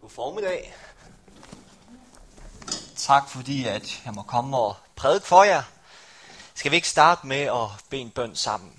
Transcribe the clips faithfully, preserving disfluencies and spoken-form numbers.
God formiddag. Tak fordi at jeg må komme og prædike for jer. Skal vi ikke starte med at bede en bøn sammen?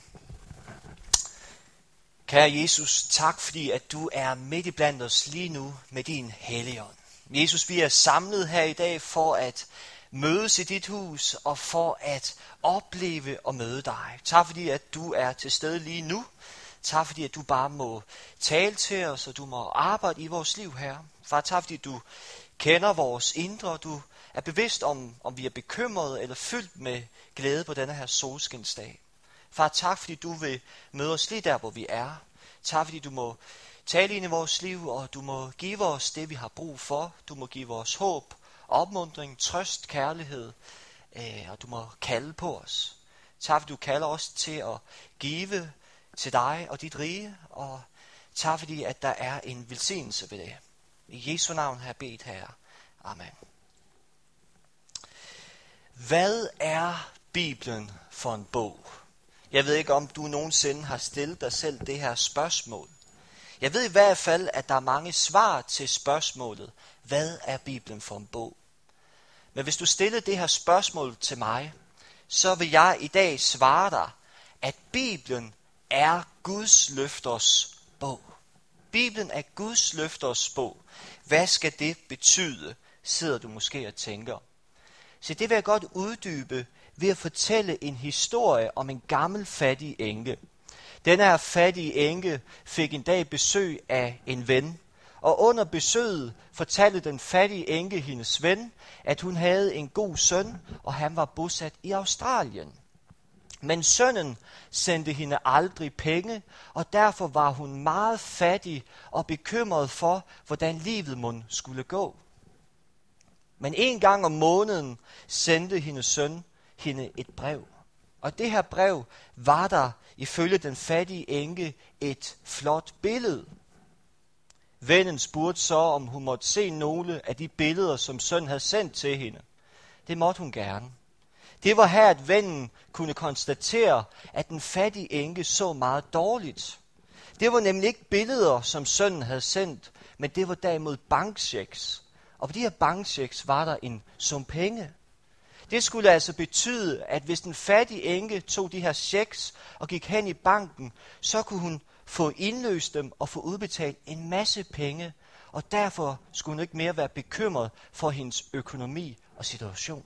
Kære Jesus, tak fordi at du er midt i blandt os lige nu med din Helligånd. Jesus, vi er samlet her i dag for at mødes i dit hus og for at opleve og møde dig. Tak fordi at du er til stede lige nu. Tak fordi at du bare må tale til os, og du må arbejde i vores liv her. Far, tak fordi du kender vores indre, og du er bevidst om, om vi er bekymrede eller fyldt med glæde på denne her solskinsdag. Far, tak fordi du vil møde os lige der, hvor vi er. Tak fordi du må tale ind i vores liv, og du må give os det, vi har brug for. Du må give os håb, opmuntring, trøst, kærlighed, øh, og du må kalde på os. Tak fordi du kalder os til at give til dig og dit rige, og tak fordi, at der er en velsignelse ved det. I Jesu navn har jeg bedt, Herre. Amen. Hvad er Bibelen for en bog? Jeg ved ikke, om du nogensinde har stillet dig selv det her spørgsmål. Jeg ved i hvert fald, at der er mange svar til spørgsmålet, hvad er Bibelen for en bog? Men hvis du stiller det her spørgsmål til mig, så vil jeg i dag svare dig, at Bibelen er Guds løfters bog. Bibelen er Guds løfters bog. Hvad skal det betyde, sidder du måske og tænker. Så det vil jeg godt uddybe ved at fortælle en historie om en gammel fattig enke. Den her fattige enke fik en dag besøg af en ven, og under besøget fortalte den fattige enke hendes ven, at hun havde en god søn, og han var bosat i Australien. Men sønnen sendte hende aldrig penge, og derfor var hun meget fattig og bekymret for, hvordan livet mon skulle gå. Men en gang om måneden sendte hendes søn hende et brev. Og det her brev var der ifølge den fattige enke et flot billede. Vennen spurgte så, om hun måtte se nogle af de billeder, som sønnen havde sendt til hende. Det måtte hun gerne. Det var her, at vennen kunne konstatere, at den fattige enke så meget dårligt. Det var nemlig ikke billeder, som sønnen havde sendt, men det var derimod bankchecks. Og på de her bankchecks var der en sum penge. Det skulle altså betyde, at hvis den fattige enke tog de her checks og gik hen i banken, så kunne hun få indløst dem og få udbetalt en masse penge, og derfor skulle hun ikke mere være bekymret for hendes økonomi og situation.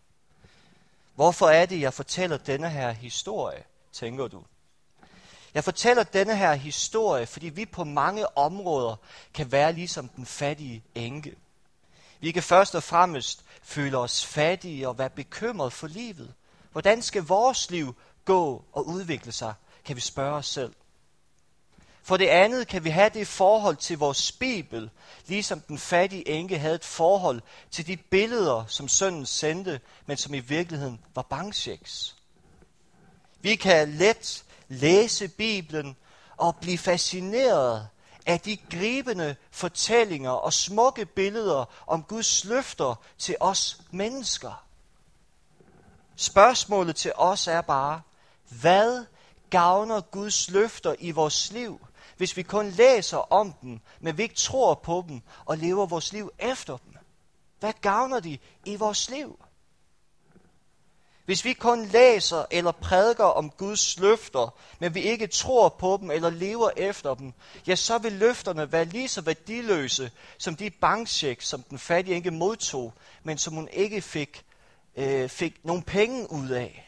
Hvorfor er det, jeg fortæller denne her historie, tænker du? Jeg fortæller denne her historie, fordi vi på mange områder kan være ligesom den fattige enke. Vi kan først og fremmest føle os fattige og være bekymret for livet. Hvordan skal vores liv gå og udvikle sig, kan vi spørge os selv. For det andet kan vi have det forhold til vores Bibel, ligesom den fattige enke havde et forhold til de billeder, som sønnen sendte, men som i virkeligheden var bankchecks. Vi kan let læse Bibelen og blive fascineret af de gribende fortællinger og smukke billeder om Guds løfter til os mennesker. Spørgsmålet til os er bare, hvad gavner Guds løfter i vores liv, hvis vi kun læser om dem, men vi ikke tror på dem og lever vores liv efter dem? Hvad gavner de i vores liv? Hvis vi kun læser eller prædiker om Guds løfter, men vi ikke tror på dem eller lever efter dem, ja, så vil løfterne være lige så værdiløse som de bankchecks, som den fattige enke modtog, men som hun ikke fik, øh, fik nogle penge ud af.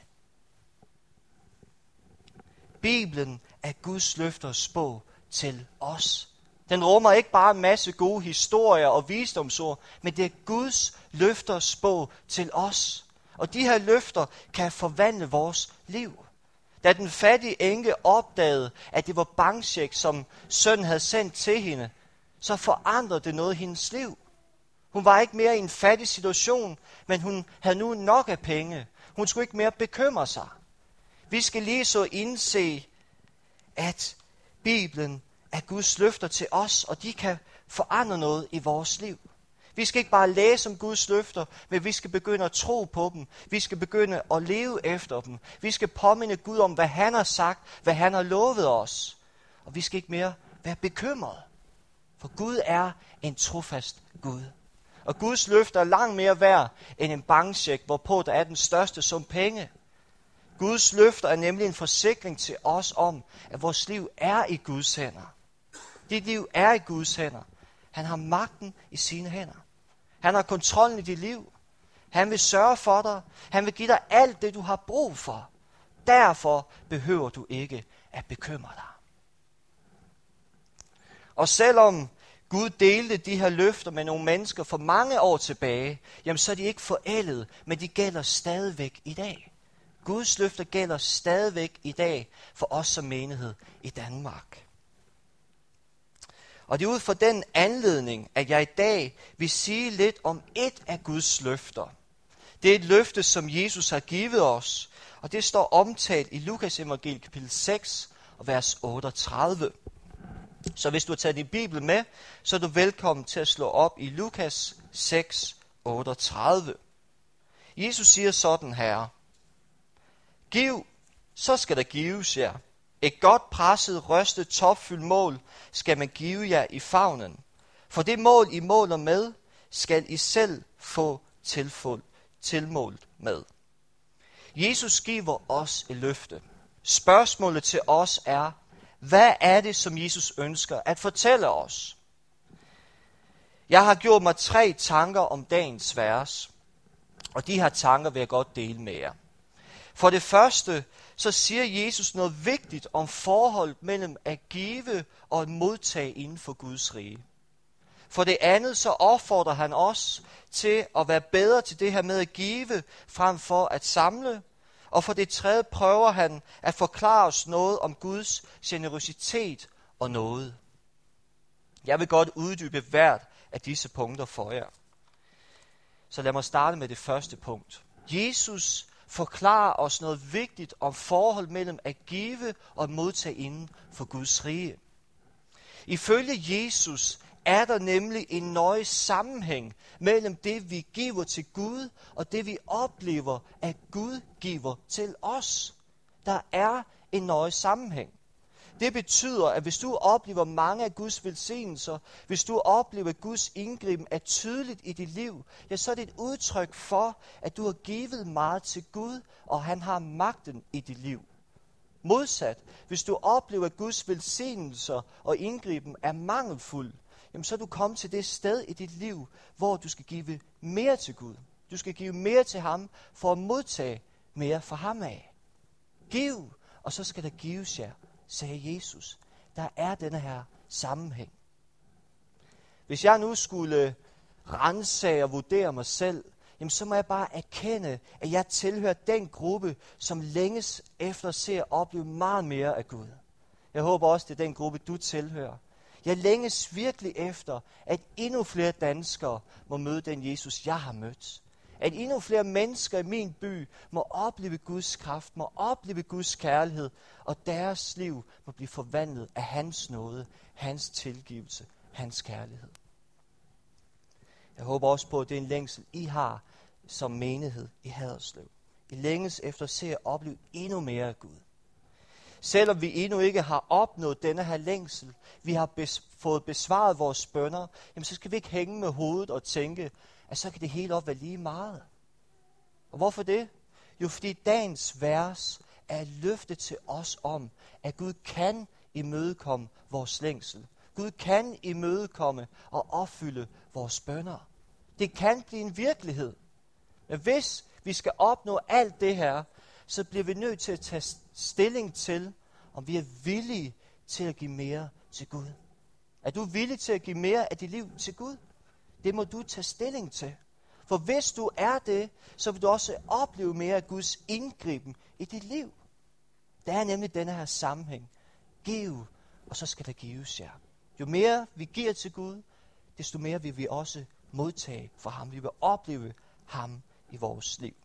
Bibelen er Guds løfters bog til os. Den rummer ikke bare en masse gode historier og visdomsord, men det er Guds løfters bog til os. Og de her løfter kan forvandle vores liv. Da den fattige enke opdagede, at det var bankcheck, som sønnen havde sendt til hende, så forandrede det noget i hendes liv. Hun var ikke mere i en fattig situation, men hun havde nu nok af penge. Hun skulle ikke mere bekymre sig. Vi skal lige så indse, at Bibelen er Guds løfter til os, og de kan forandre noget i vores liv. Vi skal ikke bare læse om Guds løfter, men vi skal begynde at tro på dem. Vi skal begynde at leve efter dem. Vi skal påminde Gud om, hvad han har sagt, hvad han har lovet os. Og vi skal ikke mere være bekymrede. For Gud er en trofast Gud. Og Guds løfter er langt mere værd end en bankcheck, hvorpå der er den største sum penge. Guds løfter er nemlig en forsikring til os om, at vores liv er i Guds hænder. Dit liv er i Guds hænder. Han har magten i sine hænder. Han har kontrollen i dit liv. Han vil sørge for dig. Han vil give dig alt det, du har brug for. Derfor behøver du ikke at bekymre dig. Og selvom Gud delte de her løfter med nogle mennesker for mange år tilbage, jamen så er de ikke forældet, men de gælder stadigvæk i dag. Guds løfter gælder stadigvæk i dag for os som menighed i Danmark. Og det er ud fra den anledning, at jeg i dag vil sige lidt om et af Guds løfter. Det er et løfte, som Jesus har givet os, og det står omtalt i Lukas evangeliet kapitel seks og vers otteogtredive. Så hvis du har taget din bibel med, så er du velkommen til at slå op i Lukas seks otteogtredive. Jesus siger sådan her: Giv, så skal der gives jer. Et godt presset, rystet, topfyldt mål skal man give jer i favnen. For det mål, I måler med, skal I selv få tilfuld, tilmålt med. Jesus giver os et løfte. Spørgsmålet til os er, hvad er det, som Jesus ønsker at fortælle os? Jeg har gjort mig tre tanker om dagens vers, og de her tanker vil jeg godt dele med jer. For det første, så siger Jesus noget vigtigt om forholdet mellem at give og at modtage inden for Guds rige. For det andet, så opfordrer han os til at være bedre til det her med at give, frem for at samle. Og for det tredje prøver han at forklare os noget om Guds generøsitet og noget. Jeg vil godt uddybe hvert af disse punkter for jer. Så lad mig starte med det første punkt. Jesus forklarer os noget vigtigt om forhold mellem at give og at modtage inden for Guds rige. Ifølge Jesus er der nemlig en nøje sammenhæng mellem det, vi giver til Gud, og det, vi oplever, at Gud giver til os. Der er en nøje sammenhæng. Det betyder, at hvis du oplever mange af Guds velsignelser, hvis du oplever, at Guds indgriben er tydeligt i dit liv, ja, så er det et udtryk for, at du har givet meget til Gud, og han har magten i dit liv. Modsat, hvis du oplever, at Guds velsignelser og indgriben er mangelfuld, jamen så er du kommet til det sted i dit liv, hvor du skal give mere til Gud. Du skal give mere til ham, for at modtage mere fra ham af. Giv, og så skal der gives jer, sagde Jesus. Der er denne her sammenhæng. Hvis jeg nu skulle ransage og vurdere mig selv, jamen så må jeg bare erkende, at jeg tilhører den gruppe, som længes efter at se og opleve meget mere af Gud. Jeg håber også, det er den gruppe, du tilhører. Jeg længes virkelig efter, at endnu flere danskere må møde den Jesus, jeg har mødt. At endnu flere mennesker i min by må opleve Guds kraft, må opleve Guds kærlighed, og deres liv må blive forvandlet af hans nåde, hans tilgivelse, hans kærlighed. Jeg håber også på, at det er en længsel, I har som menighed i Haderslev. I længes efter at se og opleve endnu mere af Gud. Selvom vi endnu ikke har opnået denne her længsel, vi har bes- fået besvaret vores bønner, jamen så skal vi ikke hænge med hovedet og tænke, at så kan det hele op være lige meget. Og hvorfor det? Jo, fordi dagens vers er et løfte til os om, at Gud kan imødekomme vores længsel. Gud kan imødekomme og opfylde vores bønner. Det kan blive en virkelighed. Men hvis vi skal opnå alt det her, så bliver vi nødt til at tage stilling til, om vi er villige til at give mere til Gud. Er du villig til at give mere af dit liv til Gud? Det må du tage stilling til. For hvis du er det, så vil du også opleve mere af Guds indgriben i dit liv. Der er nemlig denne her sammenhæng. Giv, og så skal der gives jer. Jo mere vi giver til Gud, desto mere vil vi også modtage fra ham. Vi vil opleve ham i vores liv.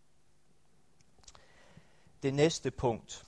Det næste punkt.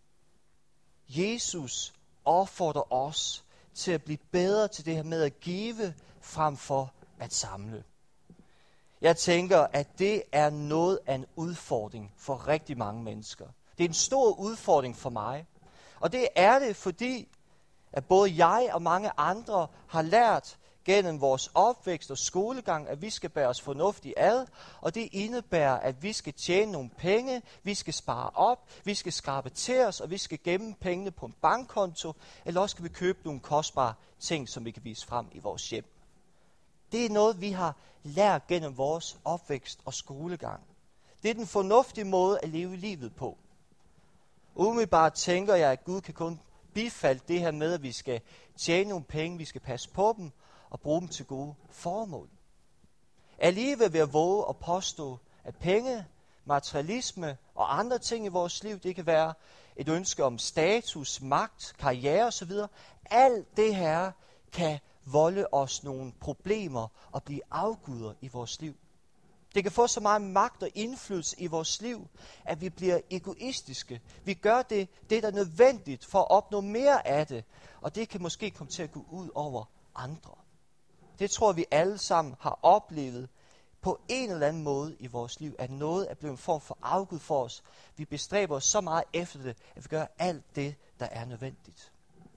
Jesus opfordrer os til at blive bedre til det her med at give, frem for at samle. Jeg tænker, at det er noget af en udfordring for rigtig mange mennesker. Det er en stor udfordring for mig. Og det er det, fordi at både jeg og mange andre har lært gennem vores opvækst og skolegang, at vi skal bære os fornuftigt ad, og det indebærer, at vi skal tjene nogle penge, vi skal spare op, vi skal skrabe til os, og vi skal gemme pengene på en bankkonto, eller også skal vi købe nogle kostbare ting, som vi kan vise frem i vores hjem. Det er noget, vi har lært gennem vores opvækst og skolegang. Det er den fornuftige måde at leve livet på. Umiddelbart tænker jeg, at Gud kan kun bifalde det her med, at vi skal tjene nogle penge, vi skal passe på dem og bruge dem til gode formål. Alligevel vil jeg våge at påstå, at penge, materialisme og andre ting i vores liv, det kan være et ønske om status, magt, karriere osv. Alt det her kan volde os nogle problemer og blive afguder i vores liv. Det kan få så meget magt og indflydelse i vores liv, at vi bliver egoistiske. Vi gør det, det der er nødvendigt for at opnå mere af det, og det kan måske komme til at gå ud over andre. Det tror vi alle sammen har oplevet på en eller anden måde i vores liv, at noget er blevet en form for afgud for os. Vi bestræber os så meget efter det, at vi gør alt det, der er nødvendigt.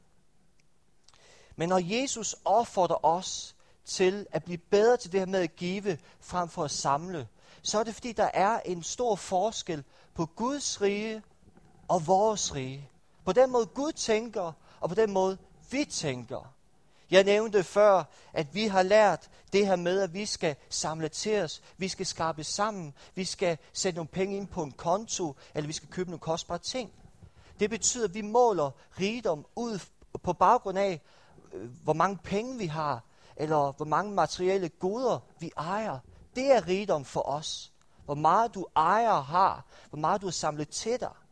Men når Jesus opfordrer os til at blive bedre til det her med at give, frem for at samle, så er det fordi, der er en stor forskel på Guds rige og vores rige. På den måde Gud tænker, og på den måde vi tænker. Jeg nævnte før, at vi har lært det her med, at vi skal samle til os, vi skal skrabe sammen, vi skal sætte nogle penge ind på en konto, eller vi skal købe nogle kostbare ting. Det betyder, at vi måler rigdom ud på baggrund af, hvor mange penge vi har, eller hvor mange materielle goder vi ejer. Det er rigdom for os. Hvor meget du ejer og har, hvor meget du har samlet til dig.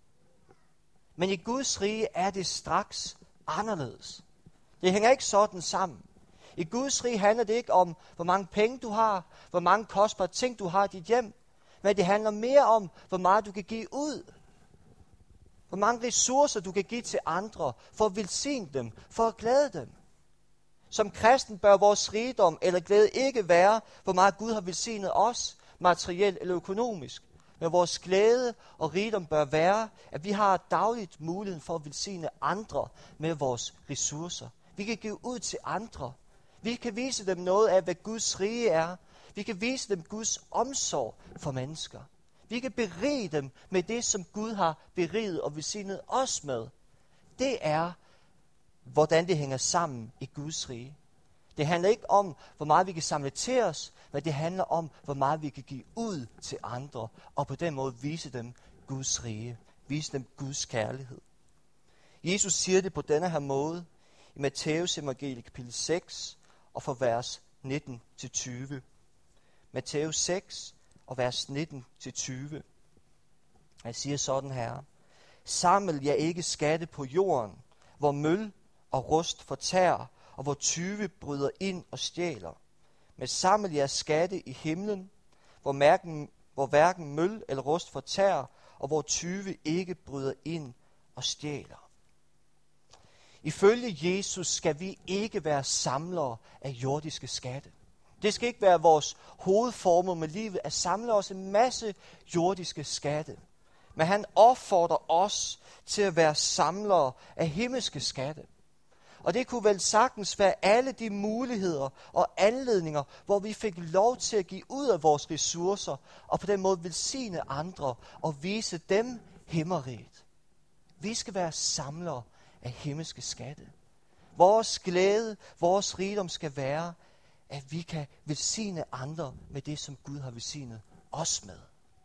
Men i Guds rige er det straks anderledes. Det hænger ikke sådan sammen. I Guds rige handler det ikke om, hvor mange penge du har, hvor mange kostbare ting du har i dit hjem, men det handler mere om, hvor meget du kan give ud. Hvor mange ressourcer du kan give til andre, for at velsigne dem, for at glæde dem. Som kristen bør vores rigdom eller glæde ikke være, hvor meget Gud har velsignet os, materielt eller økonomisk. Men vores glæde og rigdom bør være, at vi har dagligt muligheden for at velsigne andre med vores ressourcer. Vi kan give ud til andre. Vi kan vise dem noget af, hvad Guds rige er. Vi kan vise dem Guds omsorg for mennesker. Vi kan berige dem med det, som Gud har beriget og velsignet os med. Det er, hvordan det hænger sammen i Guds rige. Det handler ikke om, hvor meget vi kan samle til os, men det handler om, hvor meget vi kan give ud til andre, og på den måde vise dem Guds rige, vise dem Guds kærlighed. Jesus siger det på denne her måde i Matthæus evangeliet kapitel seks og fra vers nitten til tyve. Matthæus seks og vers nitten til tyve. Han siger sådan her: Saml jer ikke skatte på jorden, hvor møl og rust fortærer, og hvor tyve bryder ind og stjæler. Men saml jeres skatte i himlen, hvor, mærken, hvor hverken møl eller rust fortærer, og hvor tyve ikke bryder ind og stjæler. Ifølge Jesus skal vi ikke være samlere af jordiske skatte. Det skal ikke være vores hovedformål med livet at samle os en masse jordiske skatte. Men han opfordrer os til at være samlere af himmelske skatte. Og det kunne vel sagtens være alle de muligheder og anledninger, hvor vi fik lov til at give ud af vores ressourcer, og på den måde velsigne andre og vise dem himmeriget. Vi skal være samlere af himmelske skatte. Vores glæde, vores rigdom skal være, at vi kan velsigne andre med det, som Gud har velsignet os med.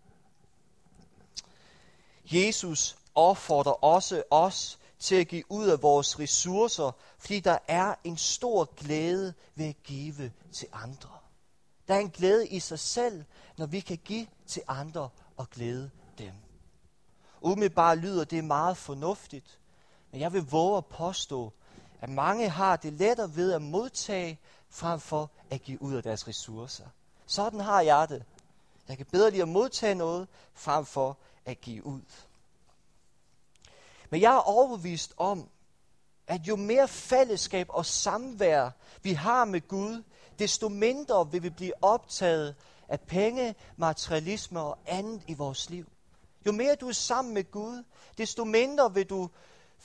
Jesus opfordrer også os til at give ud af vores ressourcer, fordi der er en stor glæde ved at give til andre. Der er en glæde i sig selv, når vi kan give til andre og glæde dem. Umiddelbart lyder det meget fornuftigt, men jeg vil våge at påstå, at mange har det lettere ved at modtage, frem for at give ud af deres ressourcer. Sådan har jeg det. Jeg kan bedre lide at modtage noget, frem for at give ud. Men jeg er overbevist om, at jo mere fællesskab og samvær vi har med Gud, desto mindre vil vi blive optaget af penge, materialisme og andet i vores liv. Jo mere du er sammen med Gud, desto mindre vil du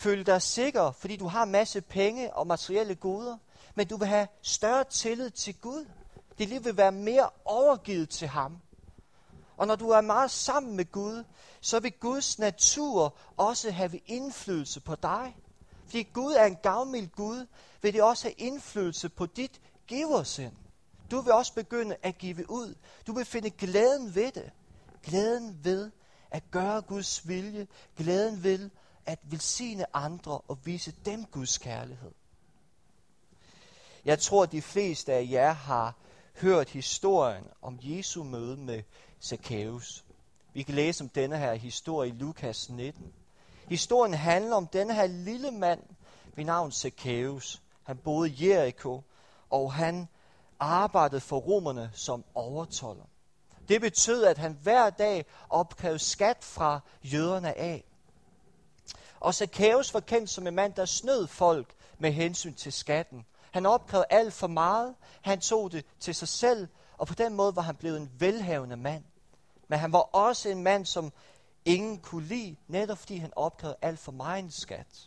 føle dig sikker, fordi du har en masse penge og materielle goder, men du vil have større tillid til Gud. Dit liv vil være mere overgivet til ham. Og når du er meget sammen med Gud, så vil Guds natur også have indflydelse på dig. Fordi Gud er en gavmild Gud, vil det også have indflydelse på dit giversind. Du vil også begynde at give ud. Du vil finde glæden ved det. Glæden ved at gøre Guds vilje. Glæden ved at velsigne andre og vise dem Guds kærlighed. Jeg tror, at de fleste af jer har hørt historien om Jesu møde med Zacchaeus. Vi kan læse om denne her historie i Lukas nitten. Historien handler om denne her lille mand ved navn Zacchaeus. Han boede i Jericho, og han arbejdede for romerne som overtolder. Det betød, at han hver dag opkrævede skat fra jøderne af. Og Zacchaeus var kendt som en mand, der snød folk med hensyn til skatten. Han opkrævede alt for meget, han tog det til sig selv, og på den måde var han blevet en velhavende mand. Men han var også en mand, som ingen kunne lide, netop fordi han opkrævede alt for meget skat.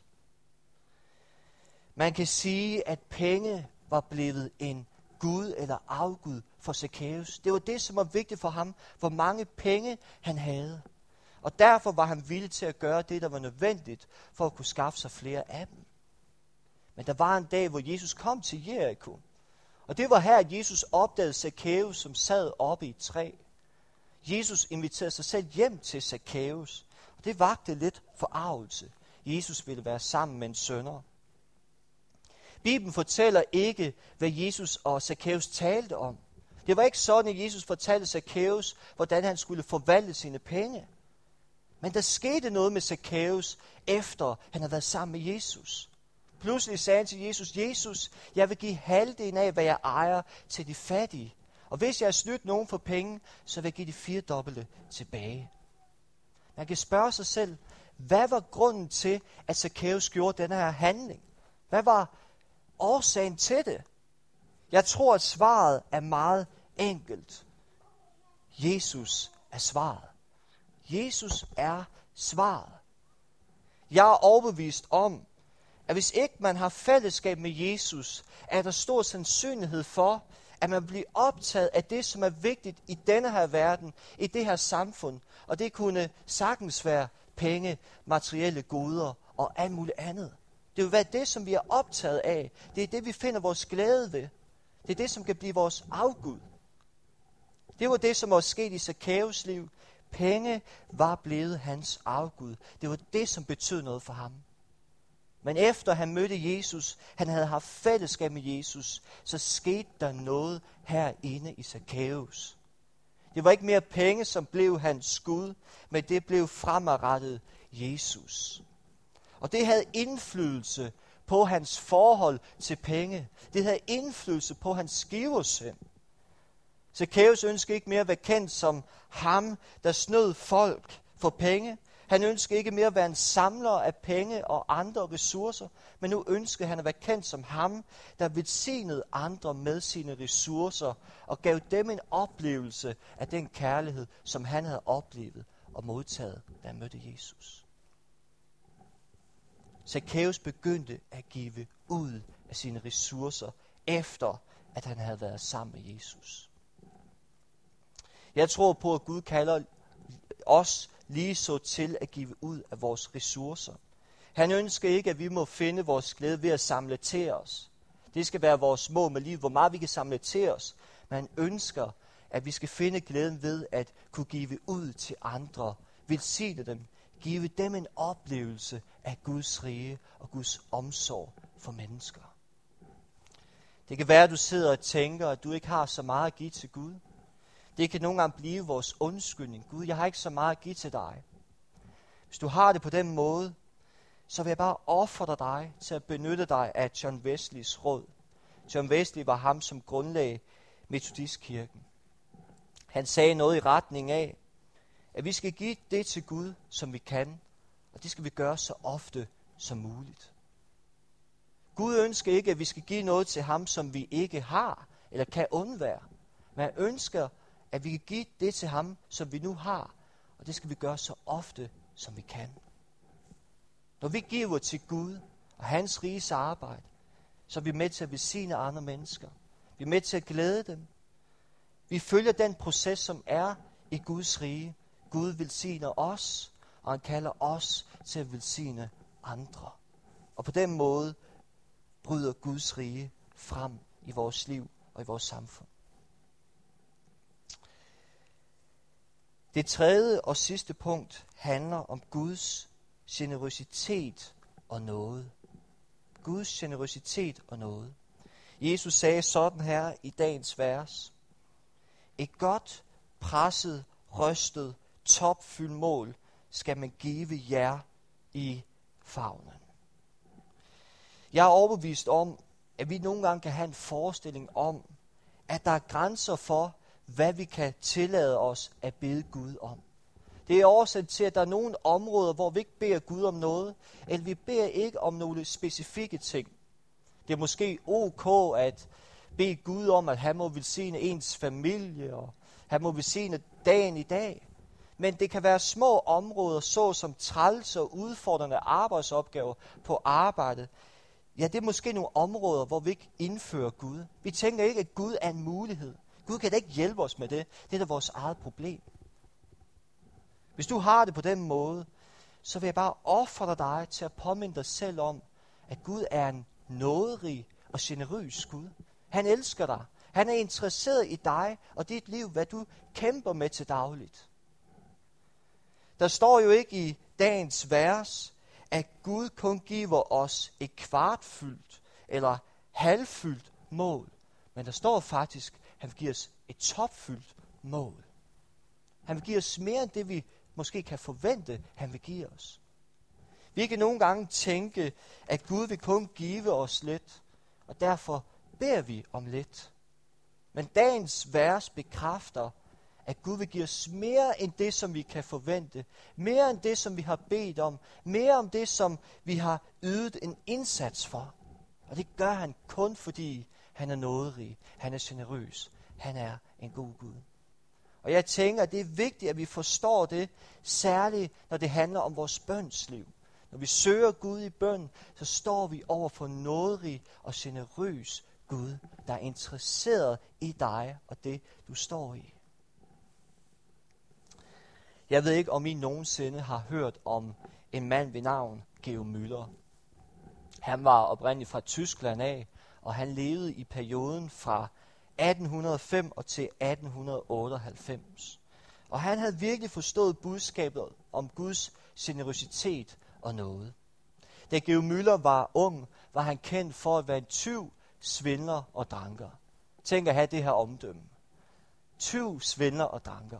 Man kan sige, at penge var blevet en gud eller afgud for Zacchaeus. Det var det, som var vigtigt for ham, hvor mange penge han havde. Og derfor var han villig til at gøre det, der var nødvendigt for at kunne skaffe sig flere af dem. Men der var en dag, hvor Jesus kom til Jericho. Og det var her, at Jesus opdagede Zacchaeus, som sad oppe i et træ. Jesus inviterede sig selv hjem til Zacchaeus. Og det vagte lidt forargelse. Jesus ville være sammen med en synder. Bibelen fortæller ikke, hvad Jesus og Zacchaeus talte om. Det var ikke sådan, at Jesus fortalte Zacchaeus, hvordan han skulle forvalte sine penge. Men der skete noget med Zacchaeus, efter han havde været sammen med Jesus. Pludselig sagde han til Jesus, Jesus, jeg vil give halvdelen af, hvad jeg ejer, til de fattige. Og hvis jeg har snydt nogen for penge, så vil jeg give de firedobbelte tilbage. Man kan spørge sig selv, hvad var grunden til, at Zacchaeus gjorde denne her handling? Hvad var årsagen til det? Jeg tror, at svaret er meget enkelt. Jesus er svaret. Jesus er svaret. Jeg er overbevist om, at hvis ikke man har fællesskab med Jesus, er der stor sandsynlighed for, at man bliver optaget af det, som er vigtigt i denne her verden, i det her samfund. Og det kunne sagtens være penge, materielle goder og alt muligt andet. Det vil være det, som vi er optaget af. Det er det, vi finder vores glæde ved. Det er det, som kan blive vores afgud. Det var det, som var sket i Zacchaeus liv. Penge var blevet hans afgud. Det var det, som betød noget for ham. Men efter han mødte Jesus, han havde haft fællesskab med Jesus, så skete der noget herinde i Zacchaeus. Det var ikke mere penge, som blev hans skud, men det blev fremadrettet Jesus. Og det havde indflydelse på hans forhold til penge. Det havde indflydelse på hans giversind. Zacchaeus ønskede ikke mere at være kendt som ham, der snød folk for penge. Han ønskede ikke mere at være en samler af penge og andre ressourcer, men nu ønskede han at være kendt som ham, der velsignede andre med sine ressourcer og gav dem en oplevelse af den kærlighed, som han havde oplevet og modtaget, da han mødte Jesus. Zacchaeus begyndte at give ud af sine ressourcer, efter at han havde været sammen med Jesus. Jeg tror på, at Gud kalder os lige så til at give ud af vores ressourcer. Han ønsker ikke, at vi må finde vores glæde ved at samle til os. Det skal være vores mål med livet, hvor meget vi kan samle til os. Men han ønsker, at vi skal finde glæden ved at kunne give ud til andre, velsigne dem, give dem en oplevelse af Guds rige og Guds omsorg for mennesker. Det kan være, at du sidder og tænker, at du ikke har så meget at give til Gud. Det kan nogle gange blive vores undskyldning. Gud, jeg har ikke så meget at give til dig. Hvis du har det på den måde, så vil jeg bare ofre dig til at benytte dig af John Wesleys råd. John Wesley var ham, som grundlagde Metodistkirken. Han sagde noget i retning af, at vi skal give det til Gud, som vi kan, og det skal vi gøre så ofte som muligt. Gud ønsker ikke, at vi skal give noget til ham, som vi ikke har eller kan undvære. Men han ønsker, at vi kan give det til ham, som vi nu har, og det skal vi gøre så ofte, som vi kan. Når vi giver til Gud og hans riges arbejde, så er vi med til at velsigne andre mennesker. Vi er med til at glæde dem. Vi følger den proces, som er i Guds rige. Gud velsigner os, og han kalder os til at velsigne andre. Og på den måde bryder Guds rige frem i vores liv og i vores samfund. Det tredje og sidste punkt handler om Guds generøsitet og nåde. Guds generøsitet og nåde. Jesus sagde sådan her i dagens vers: et godt, presset, rystet, topfyldt mål skal man give jer i favnen. Jeg er overbevist om, at vi nogle gange kan have en forestilling om, at der er grænser for, hvad vi kan tillade os at bede Gud om. Det er oversat til, at der er nogle områder, hvor vi ikke beder Gud om noget, eller vi beder ikke om nogle specifikke ting. Det er måske ok at bede Gud om, at han må velsigne ens familie, og han må velsigne dagen i dag. Men det kan være små områder, såsom træls og udfordrende arbejdsopgaver på arbejdet. Ja, det er måske nogle områder, hvor vi ikke indfører Gud. Vi tænker ikke, at Gud er en mulighed. Gud kan da ikke hjælpe os med det. Det er da vores eget problem. Hvis du har det på den måde, så vil jeg bare opfordre dig til at påminde dig selv om, at Gud er en nåderig og generøs Gud. Han elsker dig. Han er interesseret i dig og dit liv, hvad du kæmper med til dagligt. Der står jo ikke i dagens vers, at Gud kun giver os et kvartfyldt eller halvfyldt mål. Men der står faktisk, at han vil give os et topfyldt mål. Han vil give os mere end det, vi måske kan forvente, han vil give os. Vi kan nogle gange tænke, at Gud vil kun give os lidt, og derfor beder vi om lidt. Men dagens vers bekræfter, at Gud vil give os mere end det, som vi kan forvente. Mere end det, som vi har bedt om. Mere om det, som vi har ydet en indsats for. Og det gør han kun fordi han er nåderig. Han er generøs. Han er en god Gud. Og jeg tænker, at det er vigtigt, at vi forstår det, særligt når det handler om vores bønsliv. Når vi søger Gud i bøn, så står vi over for nåderig og generøs Gud, der er interesseret i dig og det, du står i. Jeg ved ikke, om I nogensinde har hørt om en mand ved navn Georg Müller. Han var oprindeligt fra Tyskland af, og han levede i perioden fra atten hundrede og fem og til atten hundrede og otteoghalvfems. Og han havde virkelig forstået budskabet om Guds generøsitet og nåde. Da Georg Müller var ung, var han kendt for at være en tyv, svindler og dranker. Tænk at have det her omdømme. Tyv, svindler og dranker.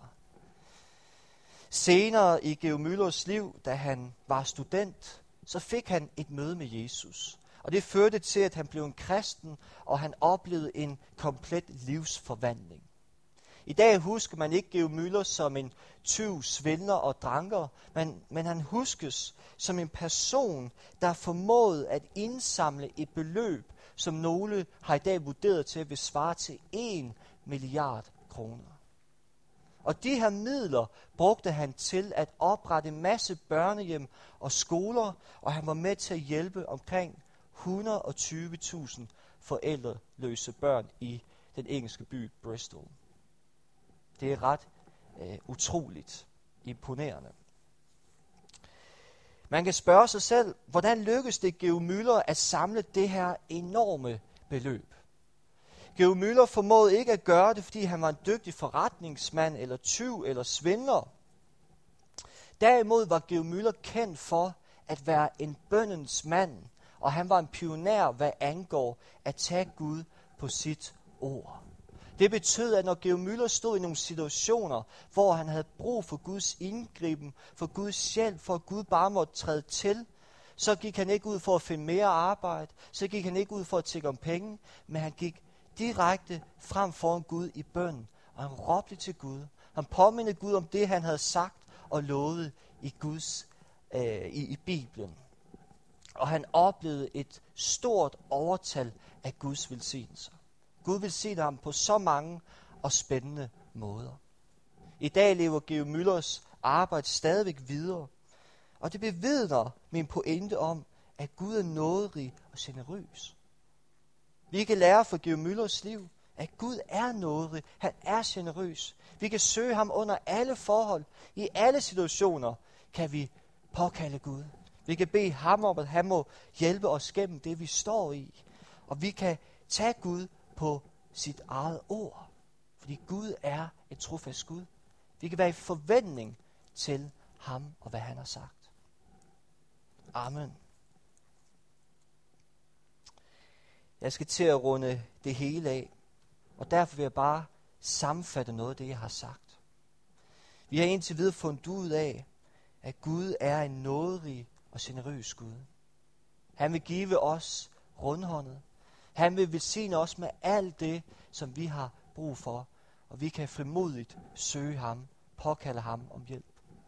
Senere i Georg Müllers liv, da han var student, så fik han et møde med Jesus. Og det førte til, at han blev en kristen, og han oplevede en komplet livsforvandling. I dag husker man ikke Georg Müller som en tyv, svindler og dranker, men, men han huskes som en person, der formåede at indsamle et beløb, som nogle har i dag vurderet til at vil svare til en milliard kroner. Og de her midler brugte han til at oprette en masse børnehjem og skoler, og han var med til at hjælpe omkring et hundrede og tyve tusind forældreløse børn i den engelske by Bristol. Det er ret øh, utroligt imponerende. Man kan spørge sig selv, hvordan lykkedes det Georg Müller at samle det her enorme beløb? Georg Müller formåede ikke at gøre det, fordi han var en dygtig forretningsmand, eller tyv, eller svindler. Derimod var Georg Müller kendt for at være en bønnens mand, og han var en pioner, hvad angår at tage Gud på sit ord. Det betød, at når Georg Müller stod i nogle situationer, hvor han havde brug for Guds indgriben, for Guds hjælp, for at Gud bare måtte træde til, så gik han ikke ud for at finde mere arbejde, så gik han ikke ud for at tække om penge, men han gik direkte frem foran Gud i bøn, og han råbte til Gud. Han påmindede Gud om det, han havde sagt og lovet i, Guds, øh, i, i Bibelen. Og han oplevede et stort overtal af Guds velsignelser. Gud velsigner ham på så mange og spændende måder. I dag lever Georg Müllers arbejde stadigvæk videre, Og det bevidner min pointe om, at Gud er nåderig og generøs. Vi kan lære fra Georg Müllers liv, at Gud er nåderig. Han er generøs. Vi kan søge ham under alle forhold. I alle situationer kan vi påkalde Gud. Vi kan bede ham om, at han må hjælpe os gennem det, vi står i. Og vi kan tage Gud på sit eget ord. Fordi Gud er et trofast Gud. Vi kan være i forventning til ham og hvad han har sagt. Amen. Jeg skal til at runde det hele af. Og derfor vil jeg bare sammenfatte noget af det, jeg har sagt. Vi har indtil videre fundet ud af, at Gud er en nåderig og generøs Gud. Han vil give os rundhåndet. Han vil velsigne os med alt det, som vi har brug for. Og vi kan frimodigt søge ham, påkalde ham om hjælp.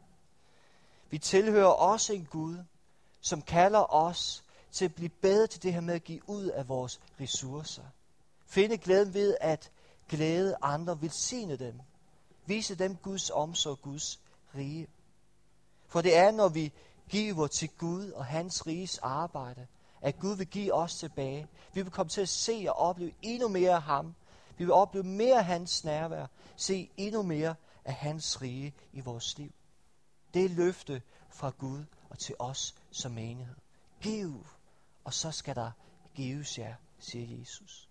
Vi tilhører også en Gud, som kalder os til at blive bedre til det her med at give ud af vores ressourcer. Finde glæden ved at glæde andre, velsigne dem. Vise dem Guds omsorg, Guds rige. For det er, når vi giver til Gud og hans riges arbejde, at Gud vil give os tilbage. Vi vil komme til at se og opleve endnu mere af ham. Vi vil opleve mere af hans nærvær. Se endnu mere af hans rige i vores liv. Det er løfte fra Gud og til os som menighed. Giv, og så skal der gives jer, siger Jesus.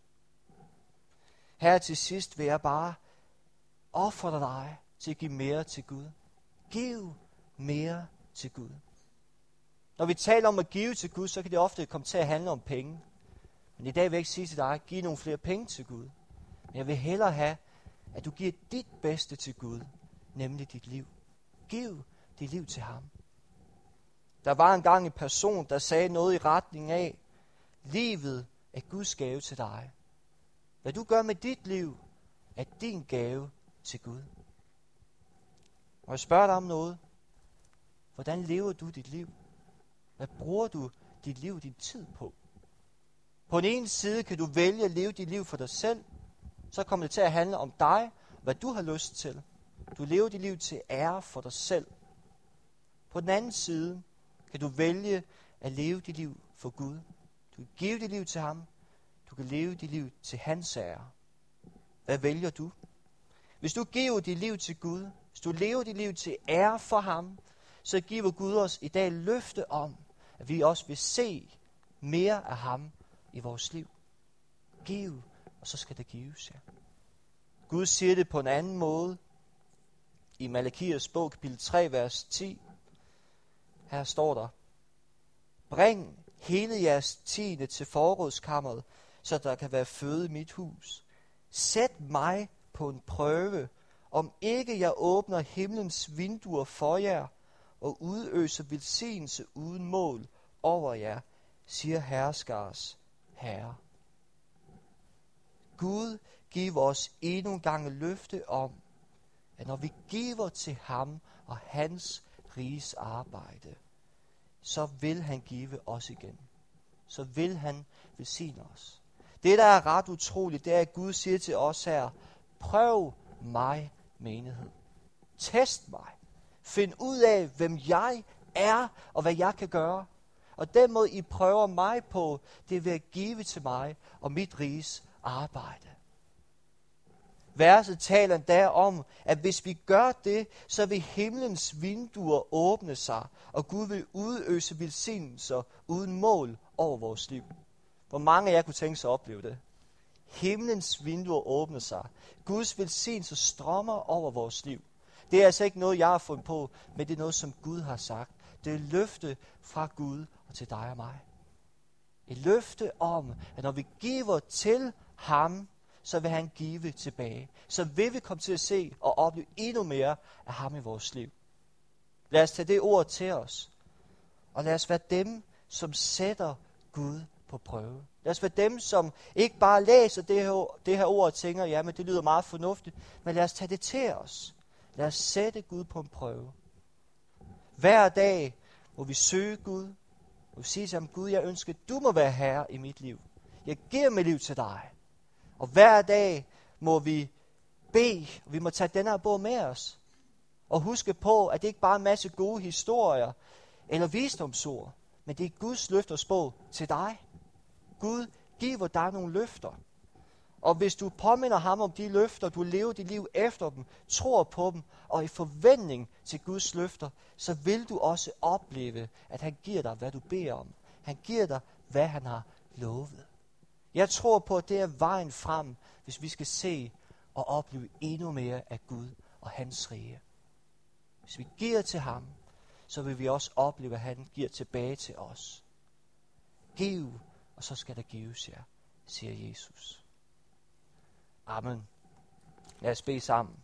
Her til sidst vil jeg bare opfordre dig til at give mere til Gud. Giv mere til Gud. Når vi taler om at give til Gud, så kan det ofte komme til at handle om penge. Men i dag vil jeg ikke sige til dig, giv nogle flere penge til Gud. Men jeg vil hellere have, at du giver dit bedste til Gud, nemlig dit liv. Giv dit liv til ham. Der var engang en person, der sagde noget i retning af, livet er Guds gave til dig. Hvad du gør med dit liv, er din gave til Gud. Og jeg spørger dig om noget. Hvordan lever du dit liv? Hvad bruger du dit liv, din tid på? På den ene side kan du vælge at leve dit liv for dig selv. Så kommer det til at handle om dig, hvad du har lyst til. Du lever dit liv til ære for dig selv. På den anden side kan du vælge at leve dit liv for Gud. Du kan give dit liv til ham. Du kan leve dit liv til hans ære. Hvad vælger du? Hvis du giver dit liv til Gud, hvis du lever dit liv til ære for ham, så giver Gud os i dag løfte om, at vi også vil se mere af ham i vores liv. Giv, og så skal det gives jer. Gud siger det på en anden måde i Malakias bog, kapitel tre, vers ti. Her står der, bring hele jeres tiende til forrådskammeret, så der kan være føde i mit hus. Sæt mig på en prøve, om ikke jeg åbner himlens vinduer for jer, og udøser velsignelse uden mål over jer, siger herskars Herre. Gud giver os endnu en gang løfte om, at når vi giver til ham og hans riges arbejde, så vil han give os igen. Så vil han velsigne os. Det, der er ret utroligt, det er, at Gud siger til os her, prøv mig, menighed. Test mig. Find ud af, hvem jeg er, og hvad jeg kan gøre. Og den måde, I prøver mig på, det er ved at give til mig og mit riges arbejde. Verset taler der om, at hvis vi gør det, så vil himlens vinduer åbne sig, og Gud vil udøse velsignelser uden mål over vores liv. Hvor mange af jer kunne tænke sig at opleve det? Himlens vinduer åbner sig. Guds velsignelser strømmer over vores liv. Det er altså ikke noget, jeg har fundet på, men det er noget, som Gud har sagt. Det er et løfte fra Gud og til dig og mig. Et løfte om, at når vi giver til ham, så vil han give tilbage. Så vil vi komme til at se og opleve endnu mere af ham i vores liv. Lad os tage det ord til os. Og lad os være dem, som sætter Gud på prøve. Lad os være dem, som ikke bare læser det her, det her ord og tænker, ja, men det lyder meget fornuftigt, men lad os tage det til os. Lad os sætte Gud på en prøve. Hver dag må vi søge Gud, og vi sige til ham, Gud, jeg ønsker, at du må være herre i mit liv. Jeg giver mit liv til dig. Og hver dag må vi bede, og vi må tage den her bog med os. Og huske på, at det ikke bare er en masse gode historier eller visdomsord, men det er Guds løftersprog til dig. Gud giver dig nogle løfter. Og hvis du påminder ham om de løfter, du lever dit liv efter dem, tror på dem, og i forventning til Guds løfter, så vil du også opleve, at han giver dig, hvad du beder om. Han giver dig, hvad han har lovet. Jeg tror på, at det er vejen frem, hvis vi skal se og opleve endnu mere af Gud og hans rige. Hvis vi giver til ham, så vil vi også opleve, at han giver tilbage til os. Giv, og så skal der gives jer, siger Jesus. Amen. Lad os bede sammen.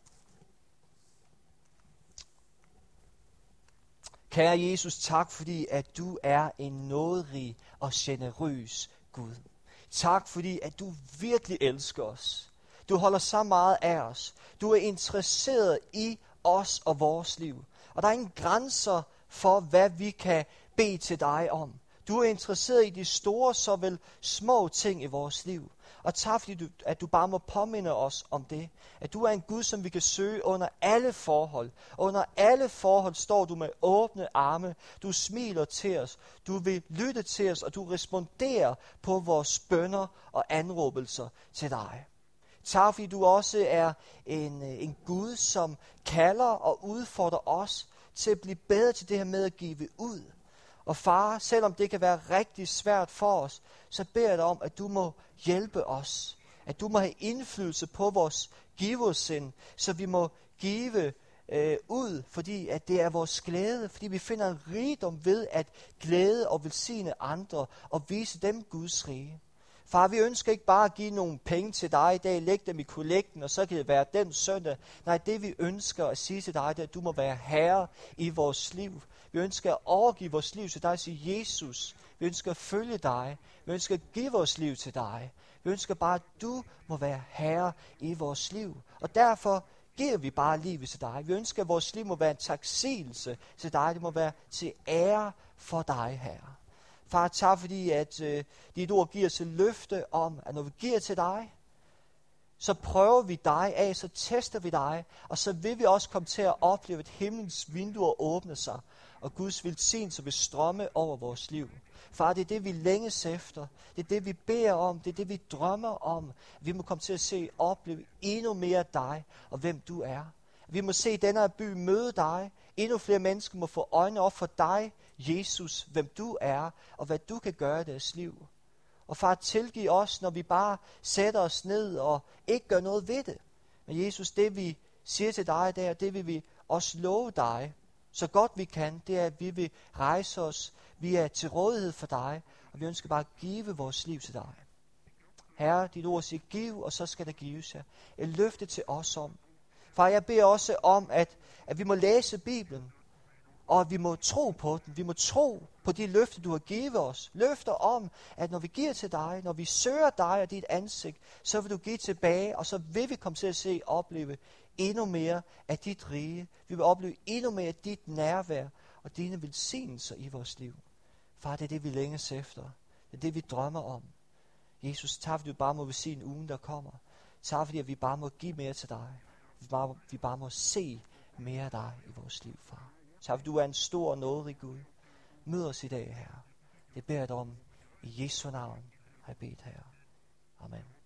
Kære Jesus, tak fordi, at du er en nåderig og generøs Gud. Tak fordi, at du virkelig elsker os. Du holder så meget af os. Du er interesseret i os og vores liv. Og der er ingen grænser for, hvad vi kan bede til dig om. Du er interesseret i de store, såvel små ting i vores liv. Og tak fordi, du, at du bare må påminde os om det. At du er en Gud, som vi kan søge under alle forhold. Under alle forhold står du med åbne arme. Du smiler til os. Du vil lytte til os, og du responderer på vores bønner og anråbelser til dig. Tak fordi du også er en, en Gud, som kalder og udfordrer os til at blive bedre til det her med at give ud. Og far, selvom det kan være rigtig svært for os, så beder jeg dig om, at du må hjælpe os. At du må have indflydelse på vores giversind, så vi må give øh, ud, fordi at det er vores glæde. Fordi vi finder en rigdom ved at glæde og velsigne andre og vise dem Guds rige. Far, vi ønsker ikke bare at give nogle penge til dig i dag, lægge dem i kollekten, og så kan det være den søndag. Nej, det vi ønsker at sige til dig, det er, at du må være herre i vores liv. Vi ønsker at overgive vores liv til dig og sige, Jesus, vi ønsker at følge dig. Vi ønsker at give vores liv til dig. Vi ønsker bare, at du må være herre i vores liv. Og derfor giver vi bare livet til dig. Vi ønsker, at vores liv må være en taksigelse til dig. Det må være til ære for dig, Herre. Far, tak fordi, at øh, dit ord giver os et løfte om, at når vi giver til dig, så prøver vi dig af, så tester vi dig, og så vil vi også komme til at opleve, at himlens vinduer åbner sig, og Guds velsignelse vil strømme over vores liv. Far, det er det, vi længes efter. Det er det, vi beder om. Det er det, vi drømmer om. Vi må komme til at se og opleve endnu mere af dig, og hvem du er. Vi må se denne by møde dig. Endnu flere mennesker må få øjnene op for dig, Jesus, hvem du er, og hvad du kan gøre i deres liv. Og far, tilgiv os, når vi bare sætter os ned og ikke gør noget ved det. Men Jesus, det vi siger til dig der, det vil vi også love dig, så godt vi kan. Det er, at vi vil rejse os. Vi er til rådighed for dig, og vi ønsker bare at give vores liv til dig. Herre, dit ord siger, giv, og så skal der gives jer. Et løfte til os om. Far, jeg beder også om, at, at vi må læse Bibelen, og vi må tro på den. Vi må tro på de løfter, du har givet os. Løfter om, at når vi giver til dig, når vi søger dig og dit ansigt, så vil du give tilbage, og så vil vi komme til at se og opleve endnu mere af dit rige. Vi vil opleve endnu mere af dit nærvær og dine velsignelser i vores liv. Far, det er det, vi længes efter. Det er det, vi drømmer om. Jesus, tak fordi du bare må velsigne ugen, der kommer. Tak fordi vi bare må give mere til dig. Vi bare, vi bare må se mere af dig i vores liv, far. Tak fordi du er en stor og nåderig Gud. Mød os i dag, Herre. Det beder jeg dig om. I Jesu navn har jeg bedt, Herre. Amen.